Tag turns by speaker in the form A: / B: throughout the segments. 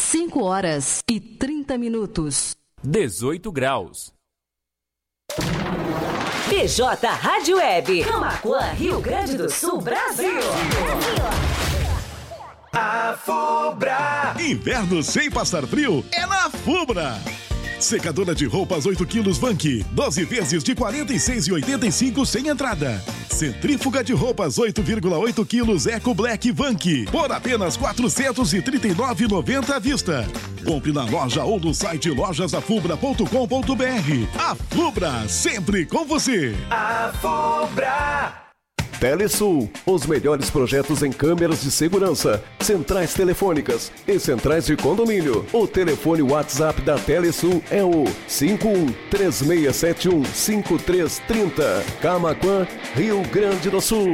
A: 5h30.
B: 18 graus.
C: BJ Rádio Web, Camaquã, Rio Grande do Sul, Brasil.
D: A Fubra. Inverno sem passar frio é na Fubra. Secadora de roupas 8 quilos Vanke, 12 vezes de R$ 46,85 sem entrada. Centrífuga de roupas 8,8 quilos Eco Black Vanke, por apenas R$ 439,90 à vista. Compre na loja ou no site lojasafubra.com.br. A Fubra, sempre com você. A Fubra.
E: Telesul, os melhores projetos em câmeras de segurança, centrais telefônicas e centrais de condomínio. O telefone WhatsApp da Telesul é o 5136715330. Camaquã, Rio Grande do Sul.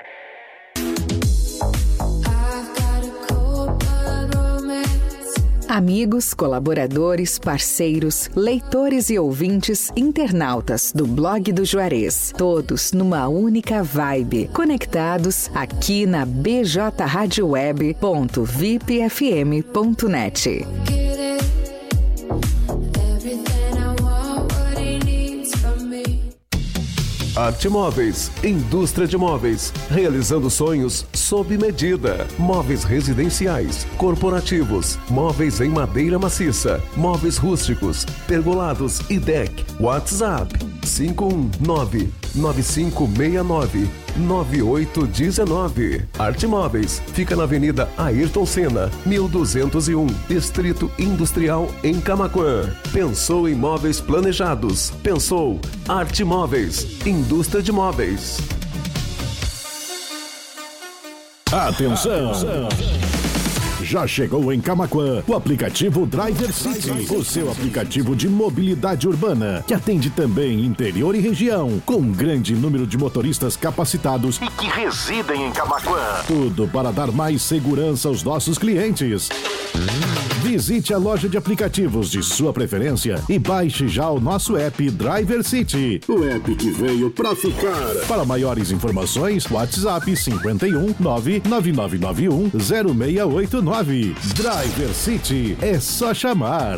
F: Amigos, colaboradores, parceiros, leitores e ouvintes, internautas do blog do Juarez, todos numa única vibe, conectados aqui na bjradioweb.vipfm.net.
E: Arte Móveis, indústria de móveis, realizando sonhos sob medida. Móveis residenciais, corporativos, móveis em madeira maciça, móveis rústicos, pergolados e deck. WhatsApp 519-9569-9819. Arte Móveis, fica na Avenida Ayrton Senna, 1201, Distrito Industrial em Camaquã. Pensou em móveis planejados? Pensou Arte Móveis, indústria de móveis.
D: Atenção! Já chegou em Camaquã o aplicativo Driver City, o seu aplicativo de mobilidade urbana, que atende também interior e região, com um grande número de motoristas capacitados e que residem em Camaquã. Tudo para dar mais segurança aos nossos clientes. Visite a loja de aplicativos de sua preferência e baixe já o nosso app Driver City, o app que veio pra ficar. Para maiores informações, WhatsApp 51 99991 0689. Driver City, é só chamar.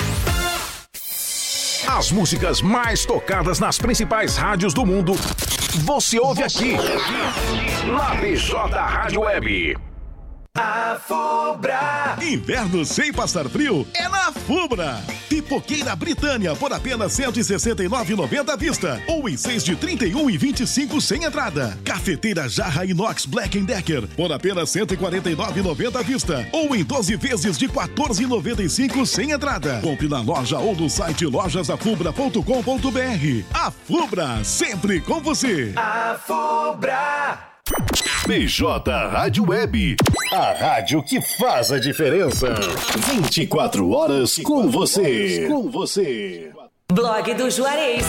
D: As músicas mais tocadas nas principais rádios do mundo, você ouve aqui, na BJ Rádio Web. A Fubra. Inverno sem passar frio é na Fubra. Pipoqueira Britânia por apenas R$ 169,90 à vista, ou em 6 de R$ 31,25 sem entrada. Cafeteira Jarra Inox Black & Decker por apenas R$ 149,90 à vista, ou em 12 vezes de R$ 14,95 sem entrada. Compre na loja ou no site lojasafubra.com.br. A Fubra, sempre com você. A Fubra. BJ Rádio Web, a rádio que faz a diferença. 24 horas com você.
C: Blog do Juarez.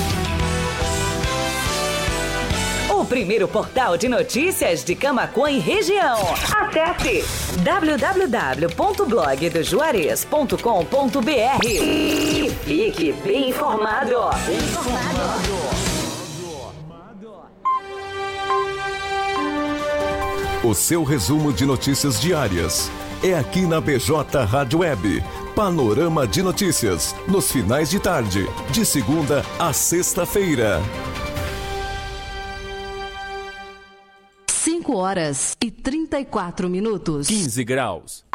C: O primeiro portal de notícias de Camaquã e região. Acesse www.blogdojuarez.com.br e fique bem informado.
E: O seu resumo de notícias diárias é aqui na BJ Rádio Web. Panorama de notícias, nos finais de tarde, de segunda a sexta-feira.
A: 5h34.
B: 15 graus.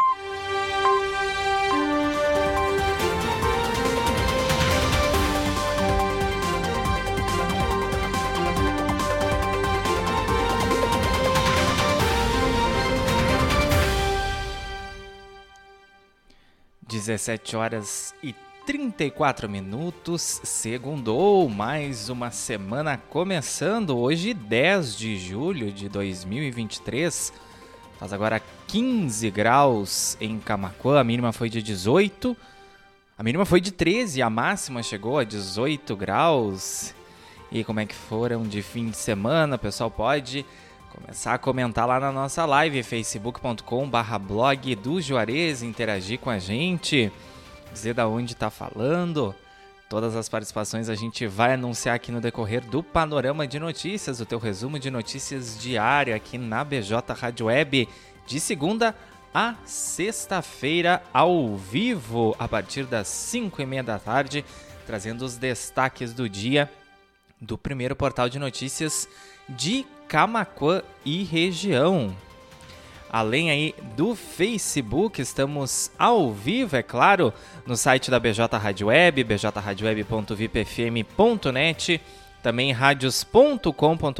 B: (17h34), segundou, mais uma semana começando, hoje 10 de julho de 2023, faz agora 15 graus em Camaquã, a mínima foi de 18, a mínima foi de 13, a máxima chegou a 18 graus, e como é que foram de fim de semana, o pessoal pode começar a comentar lá na nossa live, facebook.com/blog do Juarez, interagir com a gente, dizer da onde está falando. Todas as participações a gente vai anunciar aqui no decorrer do Panorama de Notícias, o teu resumo de notícias diário aqui na BJ Rádio Web, de segunda a sexta-feira ao vivo, a partir das 5h30 da tarde, trazendo os destaques do dia do primeiro portal de notícias de Camaquã e região. Além aí do Facebook, estamos ao vivo, é claro, no site da BJ Rádio Web, bjradioweb.vipfm.net, também radios.com.br,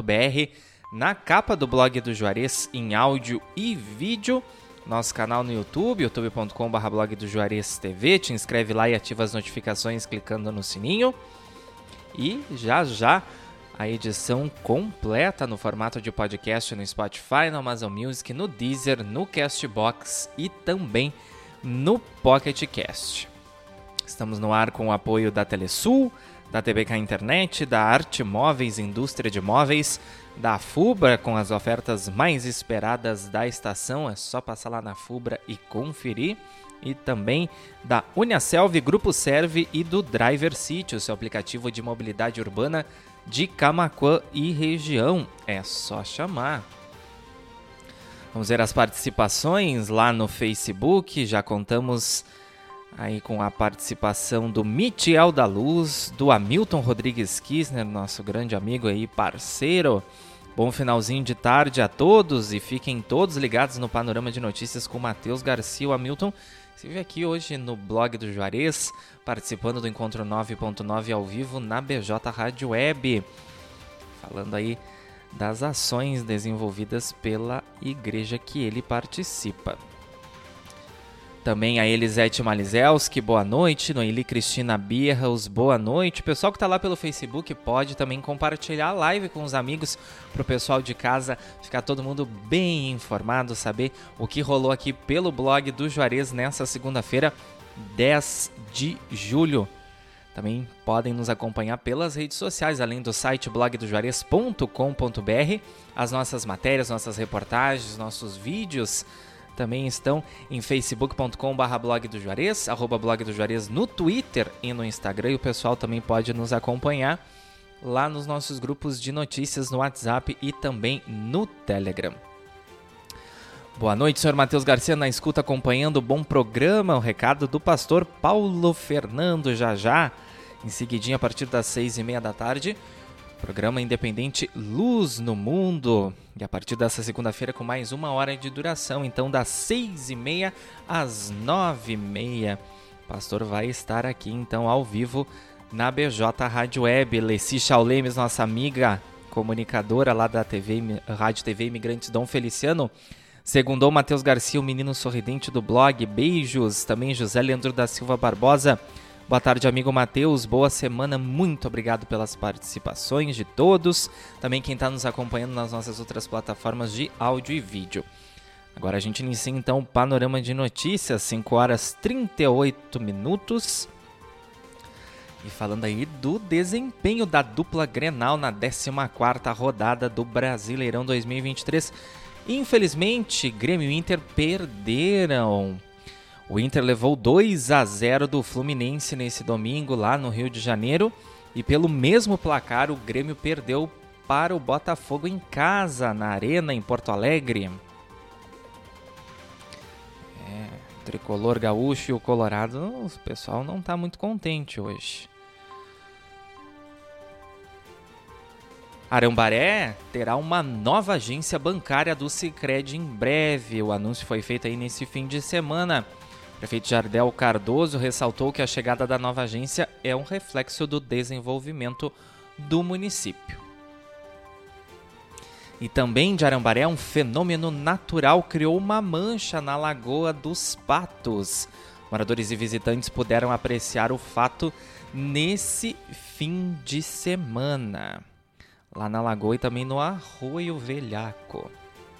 B: na capa do blog do Juarez em áudio e vídeo, nosso canal no YouTube, youtube.com/blog do Juarez TV, te inscreve lá e ativa as notificações clicando no sininho. E já a edição completa no formato de podcast no Spotify, no Amazon Music, no Deezer, no Castbox e também no Pocket Cast. Estamos no ar com o apoio da Telesul, da TBK Internet, da Arte Móveis, Indústria de Móveis, da Fubra, com as ofertas mais esperadas da estação. É só passar lá na Fubra e conferir. E também da Uniaselv, Grupo Serve e do Driver City, o seu aplicativo de mobilidade urbana de Camaquã e região. É só chamar. Vamos ver as participações lá no Facebook. Já contamos aí com a participação do Mitiel da Luz, do Hamilton Rodrigues Kissner, nosso grande amigo aí, parceiro. Bom finalzinho de tarde a todos e fiquem todos ligados no Panorama de Notícias com o Matheus Garcia. O Hamilton esteve aqui hoje no blog do Juarez, participando do Encontro 9.9 ao vivo na BJ Rádio Web, falando aí das ações desenvolvidas pela igreja que ele participa. Também a Elisete Malizelski, boa noite. Noeli Cristina Birros, boa noite. O pessoal que está lá pelo Facebook pode também compartilhar a live com os amigos, para o pessoal de casa ficar todo mundo bem informado, saber o que rolou aqui pelo blog do Juarez nessa segunda-feira, 10 de julho. Também podem nos acompanhar pelas redes sociais, além do site blogdojuarez.com.br. As nossas matérias, nossas reportagens, nossos vídeos também estão em facebook.com/blog do Juarez, @blog do Juarez no Twitter e no Instagram. E o pessoal também pode nos acompanhar lá nos nossos grupos de notícias no WhatsApp e também no Telegram. Boa noite, senhor Matheus Garcia, na escuta, acompanhando o bom programa. O recado do pastor Paulo Fernando já. Em seguidinho, a partir das 6h30 da tarde, programa independente Luz no Mundo. E a partir dessa segunda-feira com mais 1 hora de duração. Então das 6h30 às 9h30. O pastor vai estar aqui então ao vivo na BJ Rádio Web. Leci Chaulemes, nossa amiga comunicadora lá da Rádio TV Imigrantes Dom Feliciano. Segundou Matheus Garcia, o menino sorridente do blog. Beijos. Também José Leandro da Silva Barbosa. Boa tarde, amigo Matheus. Boa semana. Muito obrigado pelas participações de todos. Também quem está nos acompanhando nas nossas outras plataformas de áudio e vídeo. Agora a gente inicia então o Panorama de Notícias, 5h38. E falando aí do desempenho da dupla Grenal na 14ª rodada do Brasileirão 2023. Infelizmente, Grêmio e Inter perderam. O Inter levou 2-0 do Fluminense nesse domingo lá no Rio de Janeiro. E pelo mesmo placar, o Grêmio perdeu para o Botafogo em casa, na Arena, em Porto Alegre. O tricolor gaúcho e o colorado, o pessoal não está muito contente hoje. Arambaré terá uma nova agência bancária do Sicredi em breve. O anúncio foi feito aí nesse fim de semana. O prefeito Jardel Cardoso ressaltou que a chegada da nova agência é um reflexo do desenvolvimento do município. E também de Arambaré, um fenômeno natural criou uma mancha na Lagoa dos Patos. Moradores e visitantes puderam apreciar o fato nesse fim de semana, lá na Lagoa e também no Arroio Velhaco.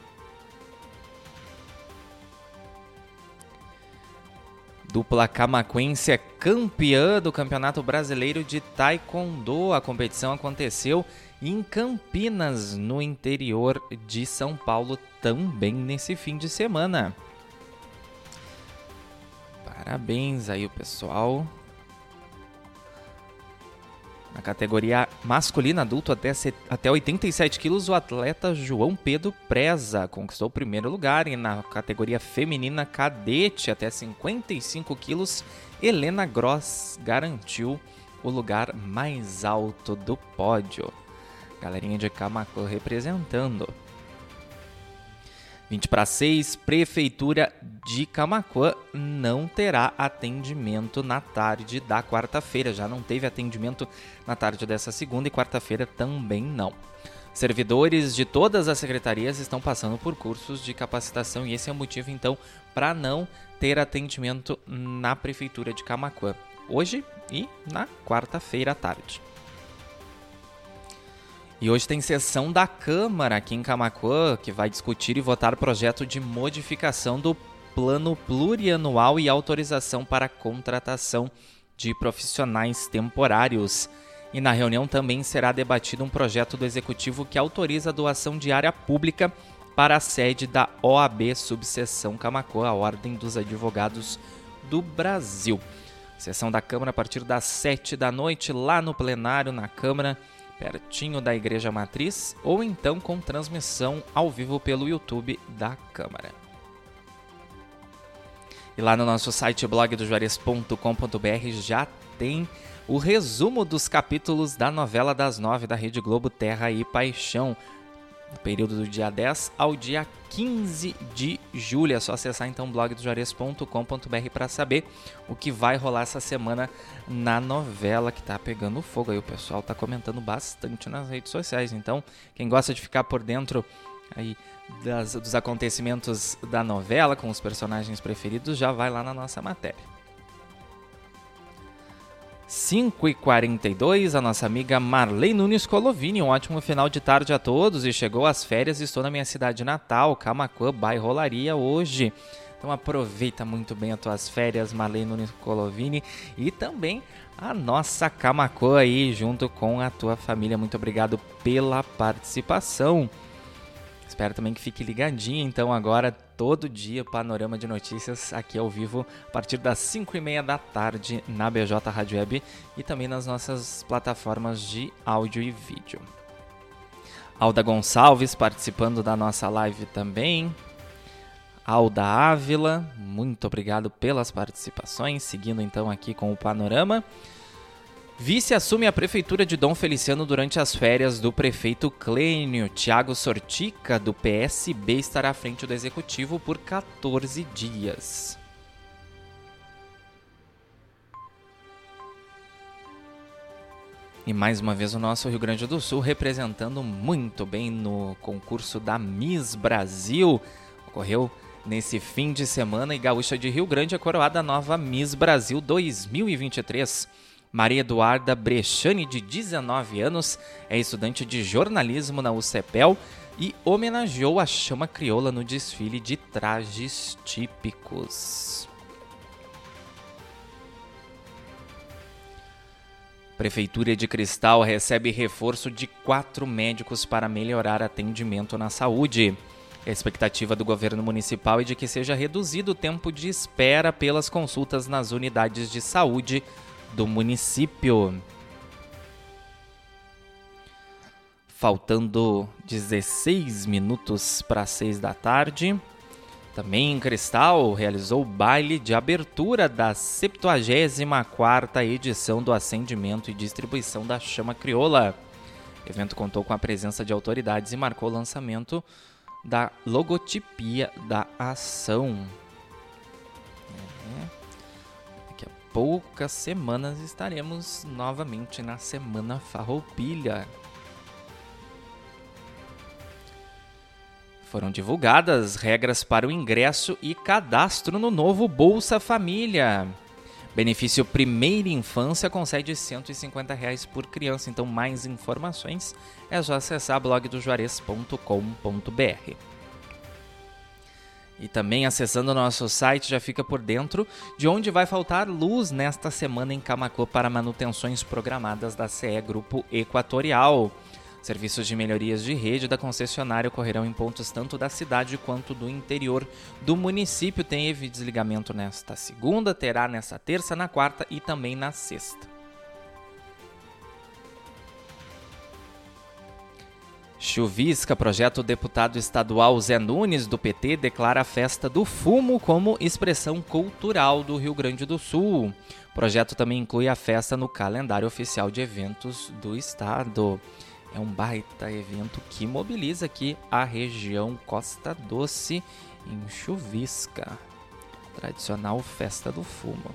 B: Dupla camaquense é campeã do Campeonato Brasileiro de Taekwondo. A competição aconteceu em Campinas, no interior de São Paulo, também nesse fim de semana. Parabéns aí o pessoal Na categoria masculina adulto até 87 quilos, o atleta João Pedro Preza conquistou o primeiro lugar. E na categoria feminina cadete até 55 quilos, Helena Gross garantiu o lugar mais alto do pódio. Galerinha de Camaquã representando. 20:06, Prefeitura de Camaquã não terá atendimento na tarde da quarta-feira. Já não teve atendimento na tarde dessa segunda e quarta-feira também não. Servidores de todas as secretarias estão passando por cursos de capacitação e esse é o motivo, então, para não ter atendimento na Prefeitura de Camaquã, hoje e na quarta-feira à tarde. E hoje tem sessão da Câmara aqui em Camaquã, que vai discutir e votar projeto de modificação do Plano Plurianual e autorização para a contratação de profissionais temporários. E na reunião também será debatido um projeto do Executivo que autoriza a doação de área pública para a sede da OAB Subseção Camaquã, a Ordem dos Advogados do Brasil. Sessão da Câmara a partir das 7 da noite, lá no plenário, na Câmara, pertinho da Igreja Matriz, ou então com transmissão ao vivo pelo YouTube da Câmara. E lá no nosso site blogdojuarez.com.br já tem o resumo dos capítulos da novela das 9 da Rede Globo, Terra e Paixão, no período do dia 10 ao dia 15 de julho. É só acessar então blogdojuarez.com.br para saber o que vai rolar essa semana na novela, que tá pegando fogo. Aí o pessoal tá comentando bastante nas redes sociais. Então, quem gosta de ficar por dentro aí dos acontecimentos da novela com os personagens preferidos, já vai lá na nossa matéria. 5h42, a nossa amiga Marley Nunes Colovini. Um ótimo final de tarde a todos e chegou às férias. Estou na minha cidade natal, Camaquã, bairro Olaria, hoje. Então aproveita muito bem as tuas férias, Marley Nunes Colovini, e também a nossa Camaquã aí junto com a tua família. Muito obrigado pela participação. Espero também que fique ligadinho, então, agora, todo dia, panorama de notícias aqui ao vivo, a partir das 5h30 da tarde na BJ Rádio Web e também nas nossas plataformas de áudio e vídeo. Alda Gonçalves participando da nossa live também. Alda Ávila, muito obrigado pelas participações, seguindo então aqui com o panorama. Vice assume a prefeitura de Dom Feliciano durante as férias do prefeito Clênio. Thiago Sortica, do PSB, estará à frente do executivo por 14 dias. E mais uma vez o nosso Rio Grande do Sul representando muito bem no concurso da Miss Brasil. Ocorreu nesse fim de semana e Gaúcha de Rio Grande é coroada a nova Miss Brasil 2023. Maria Eduarda Brechani, de 19 anos, é estudante de jornalismo na UCPEL e homenageou a chama crioula no desfile de trajes típicos. Prefeitura de Cristal recebe reforço de 4 médicos para melhorar atendimento na saúde. A expectativa do governo municipal é de que seja reduzido o tempo de espera pelas consultas nas unidades de saúde do município. Faltando 16 minutos para 6 da tarde, também em Cristal realizou o baile de abertura da 74ª edição do acendimento e distribuição da chama crioula. O evento contou com a presença de autoridades e marcou o lançamento da logotipia da ação. Poucas semanas estaremos novamente na Semana Farroupilha. Foram divulgadas regras para o ingresso e cadastro no novo Bolsa Família. Benefício Primeira Infância concede R$ 150 por criança. Então, mais informações é só acessar blogdojuarez.com.br. E também acessando o nosso site já fica por dentro de onde vai faltar luz nesta semana em Camaquã para manutenções programadas da CE Grupo Equatorial. Serviços de melhorias de rede da concessionária ocorrerão em pontos tanto da cidade quanto do interior do município. Teve desligamento nesta segunda, terá nesta terça, na quarta e também na sexta. Chuvisca, projeto deputado estadual Zé Nunes, do PT, declara a festa do fumo como expressão cultural do Rio Grande do Sul. O projeto também inclui a festa no calendário oficial de eventos do estado. É um baita evento que mobiliza aqui a região Costa Doce em Chuvisca. Tradicional festa do fumo.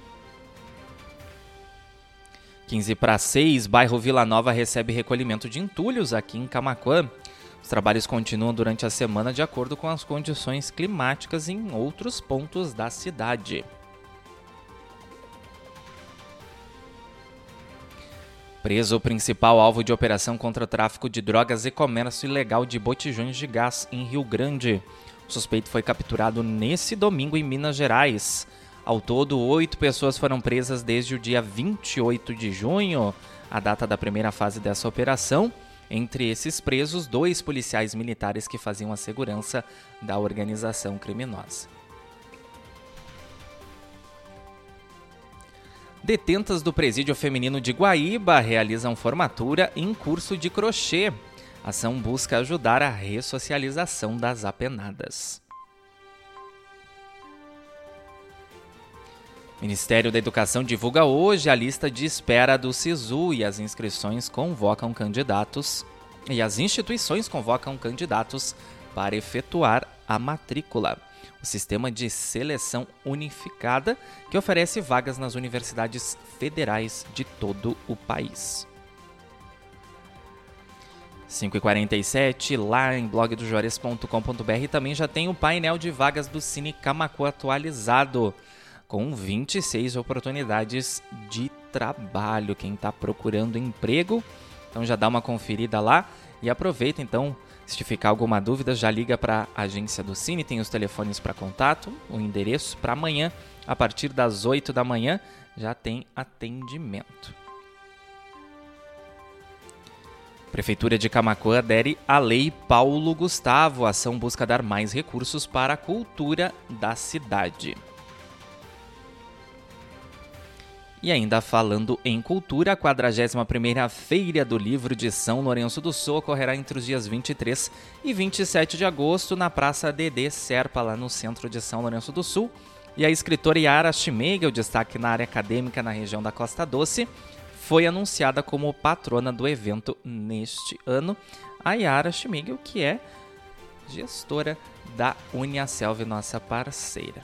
B: 5:45, bairro Vila Nova recebe recolhimento de entulhos aqui em Camaquã. Os trabalhos continuam durante a semana de acordo com as condições climáticas em outros pontos da cidade. Preso o principal alvo de operação contra o tráfico de drogas e comércio ilegal de botijões de gás em Rio Grande. O suspeito foi capturado nesse domingo em Minas Gerais. Ao todo, 8 pessoas foram presas desde o dia 28 de junho, a data da primeira fase dessa operação. Entre esses presos, 2 policiais militares que faziam a segurança da organização criminosa. Detentas do presídio feminino de Guaíba realizam formatura em curso de crochê. A ação busca ajudar a ressocialização das apenadas. O Ministério da Educação divulga hoje a lista de espera do SISU e as instituições convocam candidatos para efetuar a matrícula. O sistema de seleção unificada que oferece vagas nas universidades federais de todo o país. 5h47, lá em blogdojuarez.com.br também já tem o painel de vagas do Cine Camaquã atualizado, com 26 oportunidades de trabalho. Quem está procurando emprego, então já dá uma conferida lá e aproveita então. Se ficar alguma dúvida, já liga para a agência do Cine, tem os telefones para contato, o endereço para amanhã, a partir das 8 da manhã, já tem atendimento. Prefeitura de Camaquã adere à Lei Paulo Gustavo. A ação busca dar mais recursos para a cultura da cidade. E ainda falando em cultura, a 41ª Feira do Livro de São Lourenço do Sul ocorrerá entre os dias 23 e 27 de agosto na Praça Dedê Serpa, lá no centro de São Lourenço do Sul. E a escritora Yara Schmeigel, destaque na área acadêmica na região da Costa Doce, foi anunciada como patrona do evento neste ano. A Yara Schmeigel, que é gestora da Uniaselv, nossa parceira.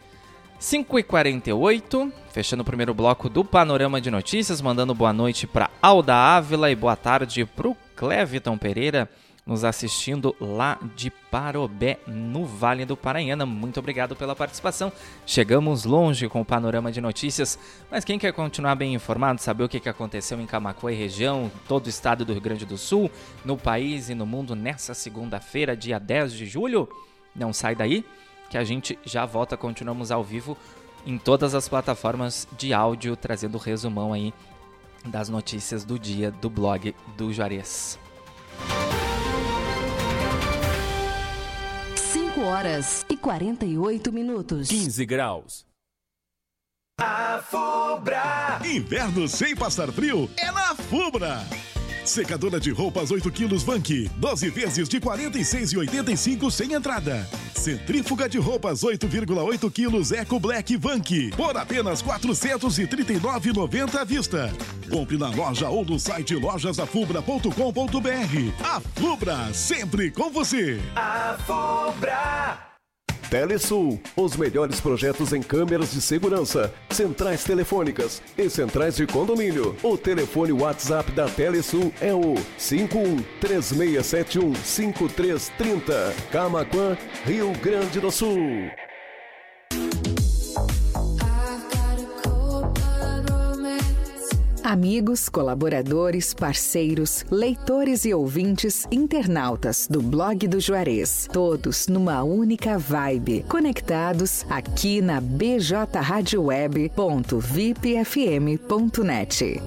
B: 5h48, fechando o primeiro bloco do Panorama de Notícias, mandando boa noite para Alda Ávila e boa tarde para o Cleviton Pereira, nos assistindo lá de Parobé, no Vale do Paranhana. Muito obrigado pela participação. Chegamos longe com o Panorama de Notícias, mas quem quer continuar bem informado, saber o que aconteceu em Camaquã e região, todo o estado do Rio Grande do Sul, no país e no mundo nessa segunda-feira, dia 10 de julho, não sai daí, que a gente já volta. Continuamos ao vivo em todas as plataformas de áudio, trazendo o resumão aí das notícias do dia do blog do Juarez.
A: 5h48.
G: 15 graus.
H: A Fubra!
D: Inverno sem passar frio é na Fubra. Secadora de roupas 8 kg Vanke, 12 vezes de R$ 46,85 sem entrada. Centrífuga de roupas 8,8 kg Eco Black Vanke, por apenas R$ 439,90 à vista. Compre na loja ou no site lojasafubra.com.br. A Fubra, sempre com você.
H: A Fubra!
E: Telesul, os melhores projetos em câmeras de segurança, centrais telefônicas e centrais de condomínio. O telefone WhatsApp da Telesul é o 5136715330. Camaquã, Rio Grande do Sul.
F: Amigos, colaboradores, parceiros, leitores e ouvintes, internautas do blog do Juarez, todos numa única vibe, conectados aqui na bjradioweb.vipfm.net.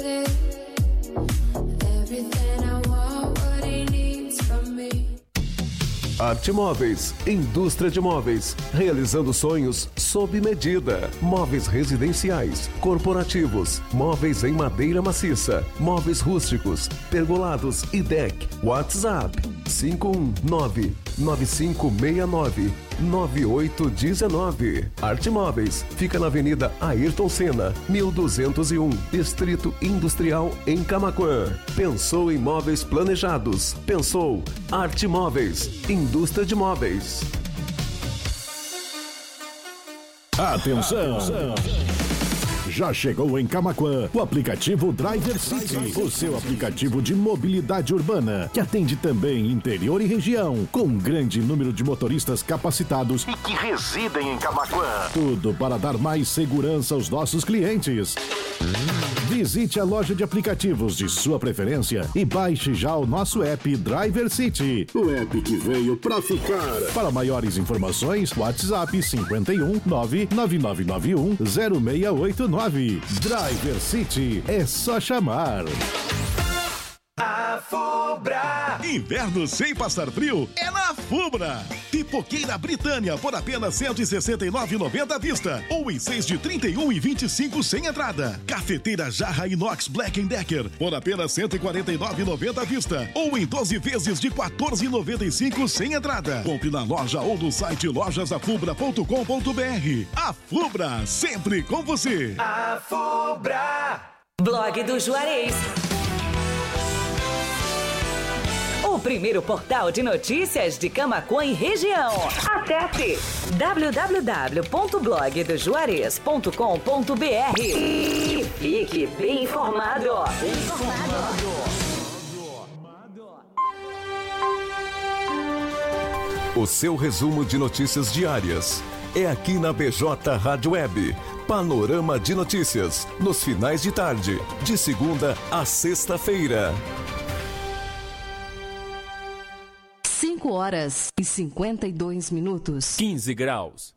E: Arte Móveis, indústria de móveis, realizando sonhos sob medida. Móveis residenciais, corporativos, móveis em madeira maciça, móveis rústicos, pergolados e deck. WhatsApp 519-9569-9819. Arte Móveis fica na Avenida Ayrton Senna, 1201, Distrito Industrial, em Camaquã. Pensou em móveis planejados? Pensou Arte Móveis, indústria de móveis.
D: Atenção! Já chegou em Camaquã o aplicativo Driver City, o seu aplicativo de mobilidade urbana, que atende também interior e região, com um grande número de motoristas capacitados e que residem em Camaquã. Tudo para dar mais segurança aos nossos clientes. Visite a loja de aplicativos de sua preferência e baixe já o nosso app Driver City, o app que veio pra ficar. Para maiores informações, WhatsApp 51 99991 0689. Driver City, é só chamar.
H: A Fubra.
G: Inverno sem passar frio é na Fubra. Pipoqueira Britânia por apenas R$ 169,90 à vista ou em 6 de R$ 31,25 sem entrada. Cafeteira Jarra Inox Black & Decker por apenas R$ 149,90 à vista ou em 12 vezes de R$ 14,95 sem entrada. Compre na loja ou no site lojasafubra.com.br. A Fubra, sempre com você.
H: A Fubra.
C: Blog do Juarez. O primeiro portal de notícias de Camaquã e região. Acesse www.blogdojuarez.com.br e fique bem informado.
E: O seu resumo de notícias diárias é aqui na BJ Rádio Web. Panorama de notícias, nos finais de tarde, de segunda a sexta-feira.
A: 5 horas e 52 minutos.
B: 15 graus.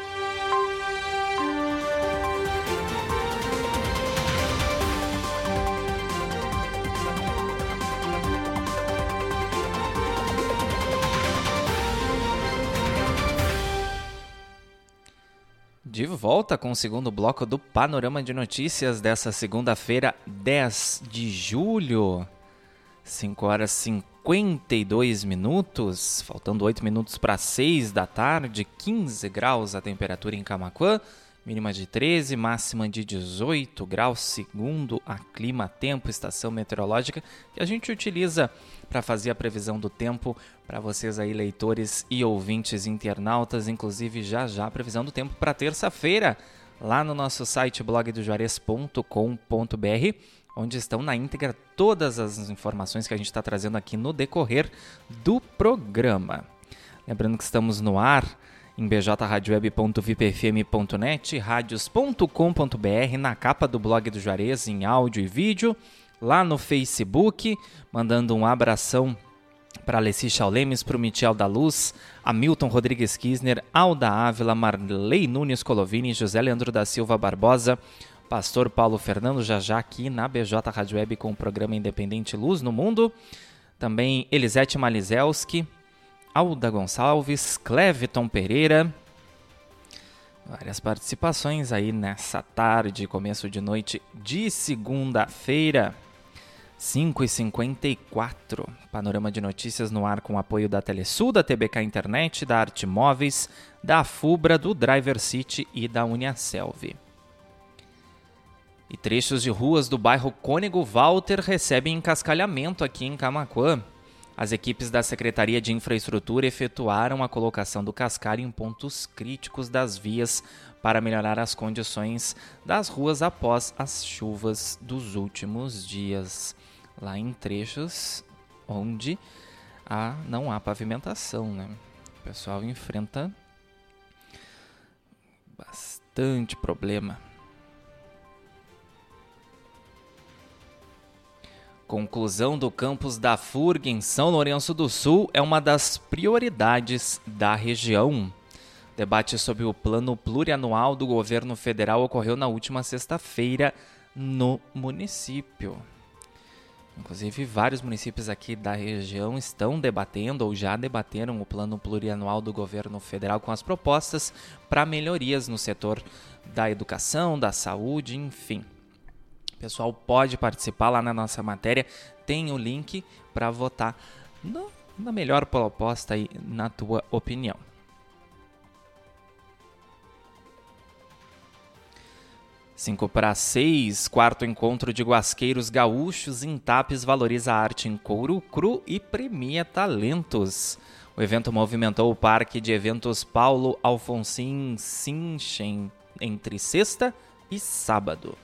B: De volta com o segundo bloco do Panorama de Notícias dessa segunda-feira, 10 de julho. 5 horas e 52 minutos, faltando 8 minutos para 6 da tarde, 15 graus a temperatura em Camaquã, mínima de 13, máxima de 18 graus, segundo a Clima Tempo, estação meteorológica, que a gente utiliza para fazer a previsão do tempo para vocês aí, leitores e ouvintes internautas, inclusive já a previsão do tempo para terça-feira, lá no nosso site blogdojuarez.com.br, onde estão na íntegra todas as informações que a gente está trazendo aqui no decorrer do programa. Lembrando que estamos no ar em bjradioweb.vipfm.net, radios.com.br, na capa do blog do Juarez, em áudio e vídeo, lá no Facebook, mandando um abração para Alessi Chaulemes, para o Michel da Luz, Hamilton Rodrigues Kisner, Alda Ávila, Marley Nunes Colovini, José Leandro da Silva Barbosa, Pastor Paulo Fernando, já aqui na BJ Rádio Web com o programa independente Luz no Mundo. Também Elisete Malizelski, Alda Gonçalves, Cleviton Pereira. Várias participações aí nessa tarde, começo de noite de segunda-feira, 5h54. Panorama de notícias no ar com o apoio da Telesul, da TBK Internet, da Arte Móveis, da Fubra, do Driver City e da Uniaselv. E trechos de ruas do bairro Cônego Walter recebem encascalhamento aqui em Camaquã. As equipes da Secretaria de Infraestrutura efetuaram a colocação do cascalho em pontos críticos das vias para melhorar as condições das ruas após as chuvas dos últimos dias. Lá em trechos onde não há pavimentação, né? O pessoal enfrenta bastante problema. Conclusão do campus da FURG em São Lourenço do Sul é uma das prioridades da região. Debate sobre o plano plurianual do governo federal ocorreu na última sexta-feira no município. Inclusive, vários municípios aqui da região estão debatendo ou já debateram o plano plurianual do governo federal com as propostas para melhorias no setor da educação, da saúde, enfim. O pessoal pode participar lá na nossa matéria, tem o link para votar uma melhor proposta aí, na tua opinião? Cinco para 6, quarto encontro de guasqueiros gaúchos em Tapes valoriza a arte em couro cru e premia talentos. O evento movimentou o Parque de Eventos Paulo Alfonsin Sinchen entre sexta e sábado.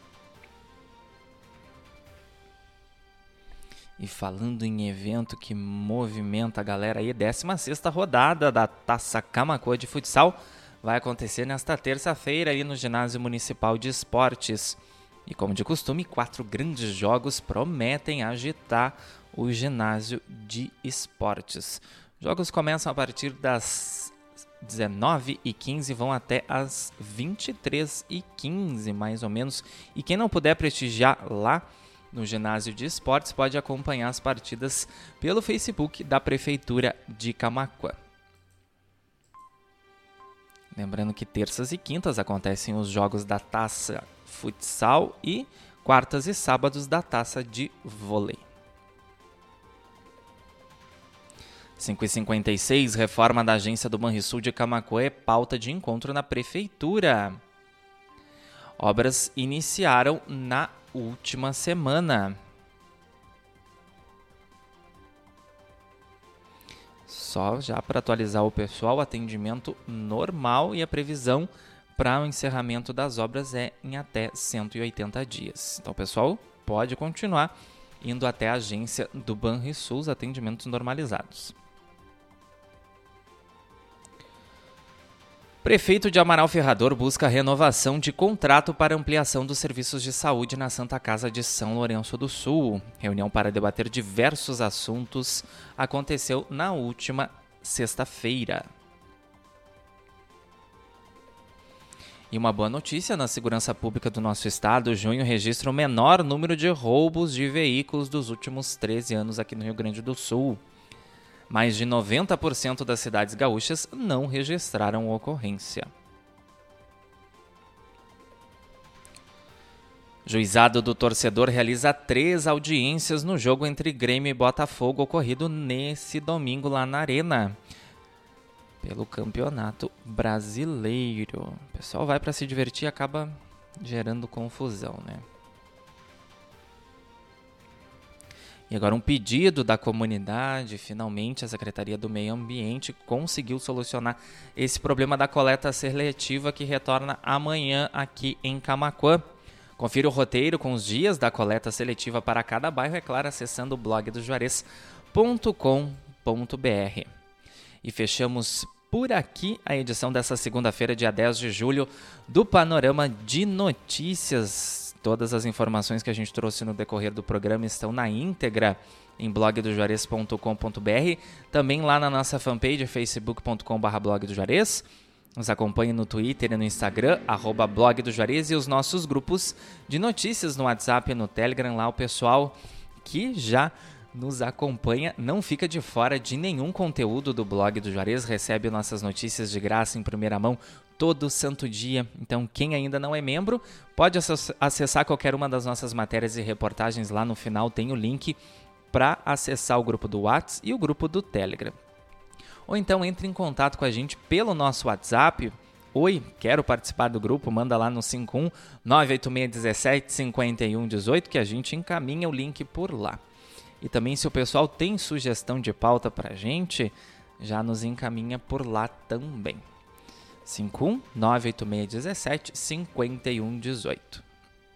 B: E falando em evento que movimenta a galera aí, 16ª rodada da Taça Camaquã de Futsal vai acontecer nesta terça-feira aí no Ginásio Municipal de Esportes. E como de costume, 4 grandes jogos prometem agitar o ginásio de esportes. Jogos começam a partir das 19h15 e vão até as 23h15, mais ou menos. E quem não puder prestigiar lá no ginásio de esportes pode acompanhar as partidas pelo Facebook da Prefeitura de Camaquã. Lembrando que terças e quintas acontecem os jogos da Taça Futsal e quartas e sábados da Taça de Vôlei. 5h56, reforma da agência do Banrisul de Camaquã é pauta de encontro na Prefeitura. Obras iniciaram na última semana. Só já para atualizar o pessoal, atendimento normal e a previsão para o encerramento das obras é em até 180 dias. Então, o pessoal pode continuar indo até a agência do Banrisul, os atendimentos normalizados. Prefeito de Amaral Ferrador busca renovação de contrato para ampliação dos serviços de saúde na Santa Casa de São Lourenço do Sul. Reunião para debater diversos assuntos aconteceu na última sexta-feira. E uma boa notícia na segurança pública do nosso estado: junho registra o menor número de roubos de veículos dos últimos 13 anos aqui no Rio Grande do Sul. Mais de 90% das cidades gaúchas não registraram ocorrência. Juizado do Torcedor realiza 3 audiências no jogo entre Grêmio e Botafogo ocorrido nesse domingo lá na Arena, pelo Campeonato Brasileiro. O pessoal vai para se divertir e acaba gerando confusão, né? E agora um pedido da comunidade: finalmente a Secretaria do Meio Ambiente conseguiu solucionar esse problema da coleta seletiva que retorna amanhã aqui em Camaquã. Confira o roteiro com os dias da coleta seletiva para cada bairro, é claro, acessando o blog do Juarez.com.br. E fechamos por aqui a edição dessa segunda-feira, dia 10 de julho, do Panorama de Notícias. Todas as informações que a gente trouxe no decorrer do programa estão na íntegra em blogdojuarez.com.br, também lá na nossa fanpage facebook.com/blogdojuarez. Nos acompanhe no Twitter e no Instagram, @blogdojuarez, e os nossos grupos de notícias no WhatsApp e no Telegram. Lá o pessoal que já nos acompanha não fica de fora de nenhum conteúdo do Blog do Juarez, recebe nossas notícias de graça em primeira mão todo santo dia. Então, quem ainda não é membro, pode acessar qualquer uma das nossas matérias e reportagens. Lá no final tem o link para acessar o grupo do WhatsApp e o grupo do Telegram. Ou então entre em contato com a gente pelo nosso WhatsApp. Oi, quero participar do grupo, manda lá no 51 98617 5118 que a gente encaminha o link por lá. E também, se o pessoal tem sugestão de pauta pra gente, já nos encaminha por lá também. 51 98617 5118.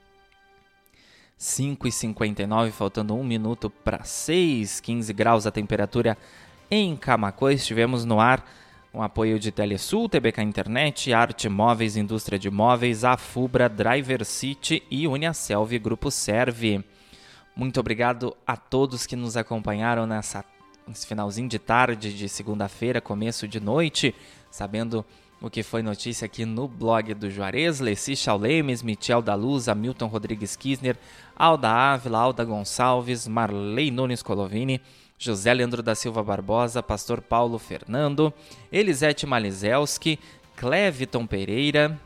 B: 5h59, faltando 1 minuto para 6, 15 graus a temperatura em Camaquã. Estivemos no ar com apoio de Telesul, TBK Internet, Arte Móveis, Indústria de Móveis, Afubra, Driver City e Uniaselv Grupo Serve. Muito obrigado a todos que nos acompanharam nesse finalzinho de tarde de segunda-feira, começo de noite, sabendo o que foi notícia aqui no blog do Juarez. Leci Chaulemes, Michel da Luz, Hamilton Rodrigues Kisner, Alda Ávila, Alda Gonçalves, Marley Nunes Colovini, José Leandro da Silva Barbosa, Pastor Paulo Fernando, Elisete Malizelski, Cleviton Pereira,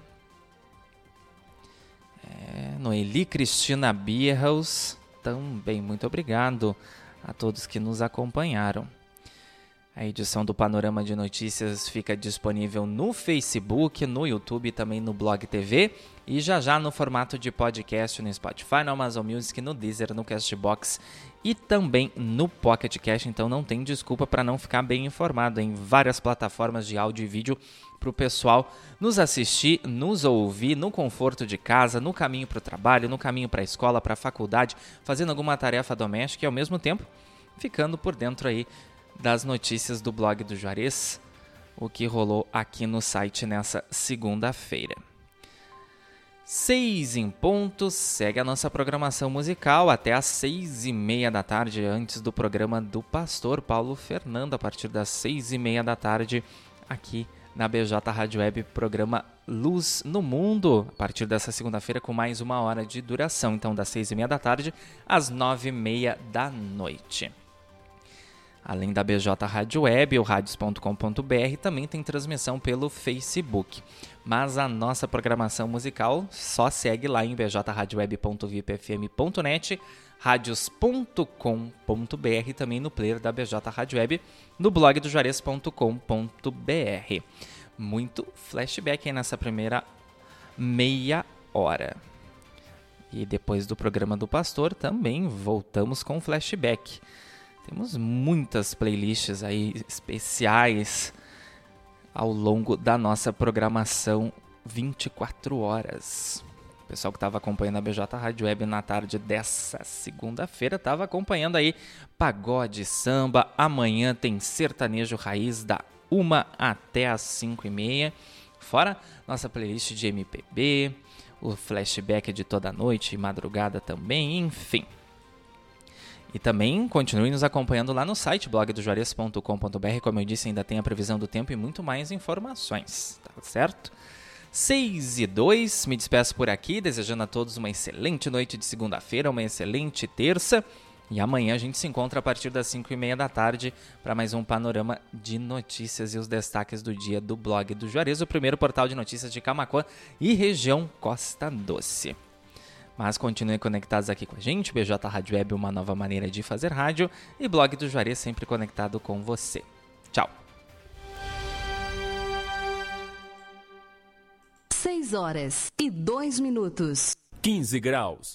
B: Noeli Cristina Bierhaus. Também muito obrigado a todos que nos acompanharam. A edição do Panorama de Notícias fica disponível no Facebook, no YouTube e também no Blog TV. E já no formato de podcast no Spotify, no Amazon Music, no Deezer, no Castbox e também no Pocket Cast. Então não tem desculpa para não ficar bem informado em várias plataformas de áudio e vídeo para o pessoal nos assistir, nos ouvir no conforto de casa, no caminho para o trabalho, no caminho para a escola, para a faculdade, fazendo alguma tarefa doméstica e ao mesmo tempo ficando por dentro aí das notícias do blog do Juarez, o que rolou aqui no site nessa segunda-feira. 6 em ponto, segue a nossa programação musical até às 6:30 da tarde, antes do programa do pastor Paulo Fernando, a partir das 6:30 da tarde, aqui na BJ Rádio Web, programa Luz no Mundo, a partir dessa segunda-feira com mais 1 hora de duração, então das 6:30 da tarde às 9:30 da noite. Além da BJ Rádio Web, o radios.com.br também tem transmissão pelo Facebook. Mas a nossa programação musical só segue lá em bjradioweb.vipfm.net, radios.com.br e também no player da BJ Rádio Web, no blog do juarez.com.br. Muito flashback aí nessa primeira meia hora. E depois do programa do pastor também voltamos com flashback. Temos muitas playlists aí especiais ao longo da nossa programação 24 horas. O pessoal que estava acompanhando a BJ Rádio Web na tarde dessa segunda-feira estava acompanhando aí pagode, samba. Amanhã tem sertanejo raiz da 1 até as 5:30. Fora nossa playlist de MPB, o flashback de toda noite e madrugada também, enfim. E também continue nos acompanhando lá no site blogdojuarez.com.br. Como eu disse, ainda tem a previsão do tempo e muito mais informações, tá certo? 6:02, me despeço por aqui, desejando a todos uma excelente noite de segunda-feira, uma excelente terça. E amanhã a gente se encontra a partir das 5:30 da tarde para mais um panorama de notícias e os destaques do dia do blog do Juarez, o primeiro portal de notícias de Camaquã e região Costa Doce. Mas continuem conectados aqui com a gente, BJ Rádio Web, uma nova maneira de fazer rádio, e blog do Juarez sempre conectado com você. Tchau!
A: 6:02.
I: 15 graus.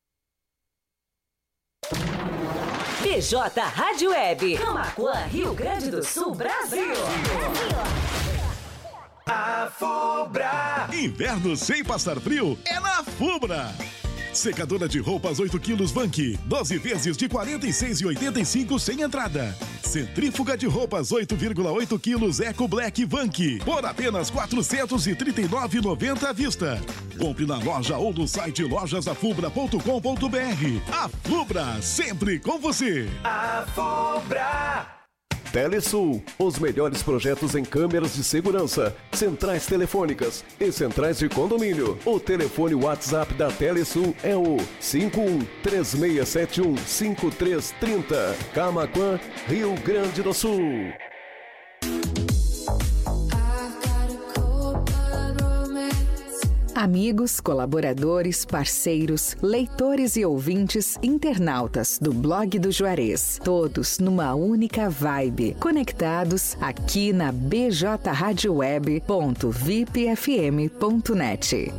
C: BJ Rádio Web, Camaquã, Rio Grande do Sul, Brasil.
H: A Fubra.
G: Inverno sem passar frio é na Fubra. Secadora de roupas 8 quilos Vanke, 12 vezes de R$ 46,85 sem entrada. Centrífuga de roupas 8,8 quilos Eco Black Vanke, por apenas R$ 439,90 à vista. Compre na loja ou no site lojasafubra.com.br. A Fubra, sempre com você.
H: A Fubra.
E: Telesul, os melhores projetos em câmeras de segurança, centrais telefônicas e centrais de condomínio. O telefone WhatsApp da Telesul é o 5136715330. Camaquã, Rio Grande do Sul.
F: Amigos, colaboradores, parceiros, leitores e ouvintes, internautas do blog do Juarez, todos numa única vibe, conectados aqui na bjradioweb.vipfm.net.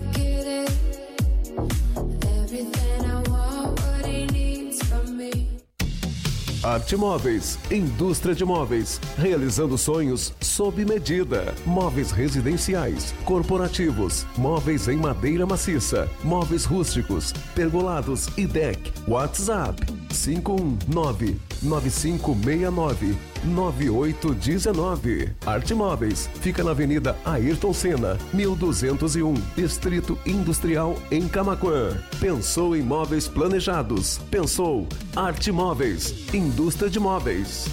E: Arte Móveis, indústria de móveis, realizando sonhos sob medida. Móveis residenciais, corporativos, móveis em madeira maciça, móveis rústicos, pergolados e deck. WhatsApp 519-9569-9819. Arte Móveis fica na Avenida Ayrton Senna, 1201, Distrito Industrial em Camaquã. Pensou em móveis planejados? Pensou Arte Móveis, indústria de móveis.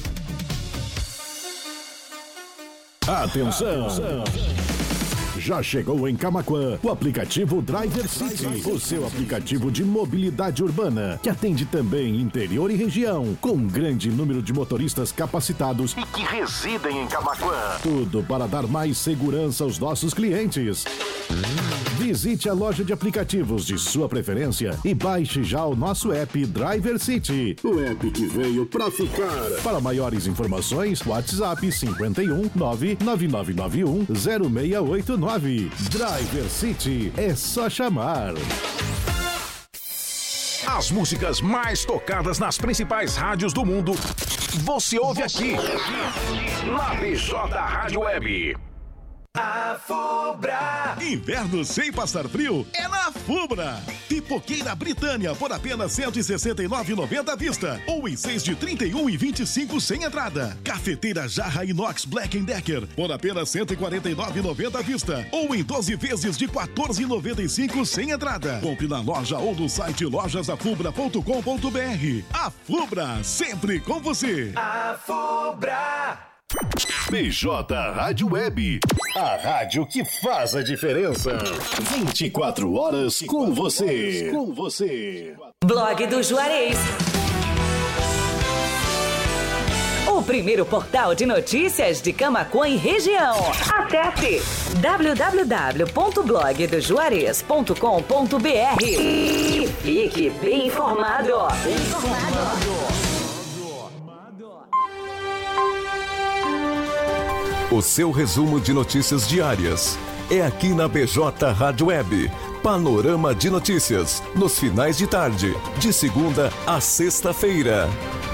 D: Já chegou em Camaquã o aplicativo Driver City, o seu aplicativo de mobilidade urbana, que atende também interior e região, com um grande número de motoristas capacitados e que residem em Camaquã. Tudo para dar mais segurança aos nossos clientes. Visite a loja de aplicativos de sua preferência e baixe já o nosso app Driver City, o app que veio pra ficar. Para maiores informações, WhatsApp 51 99991 0689. Driver City, é só chamar.
G: As músicas mais tocadas nas principais rádios do mundo, você ouve aqui, na BJ Rádio Web.
H: A Fubra.
G: Inverno sem passar frio é na Fubra. Pipoqueira Britânia por apenas R$ 169,90 à vista ou em 6 de R$ 31,25 sem entrada. Cafeteira Jarra Inox Black & Decker por apenas R$ 149,90 à vista ou em 12 vezes de R$ 14,95 sem entrada. Compre na loja ou no site lojasdafubra.com.br. A Fubra, sempre com você.
H: A Fubra.
D: BJ Rádio Web, a rádio que faz a diferença. 24 horas com você.
C: Blog do Juarez. O primeiro portal de notícias de Camaquã e região. Acesse www.blogdojuarez.com.br e fique bem informado.
E: O seu resumo de notícias diárias é aqui na BJ Rádio Web. Panorama de notícias, nos finais de tarde, de segunda a sexta-feira.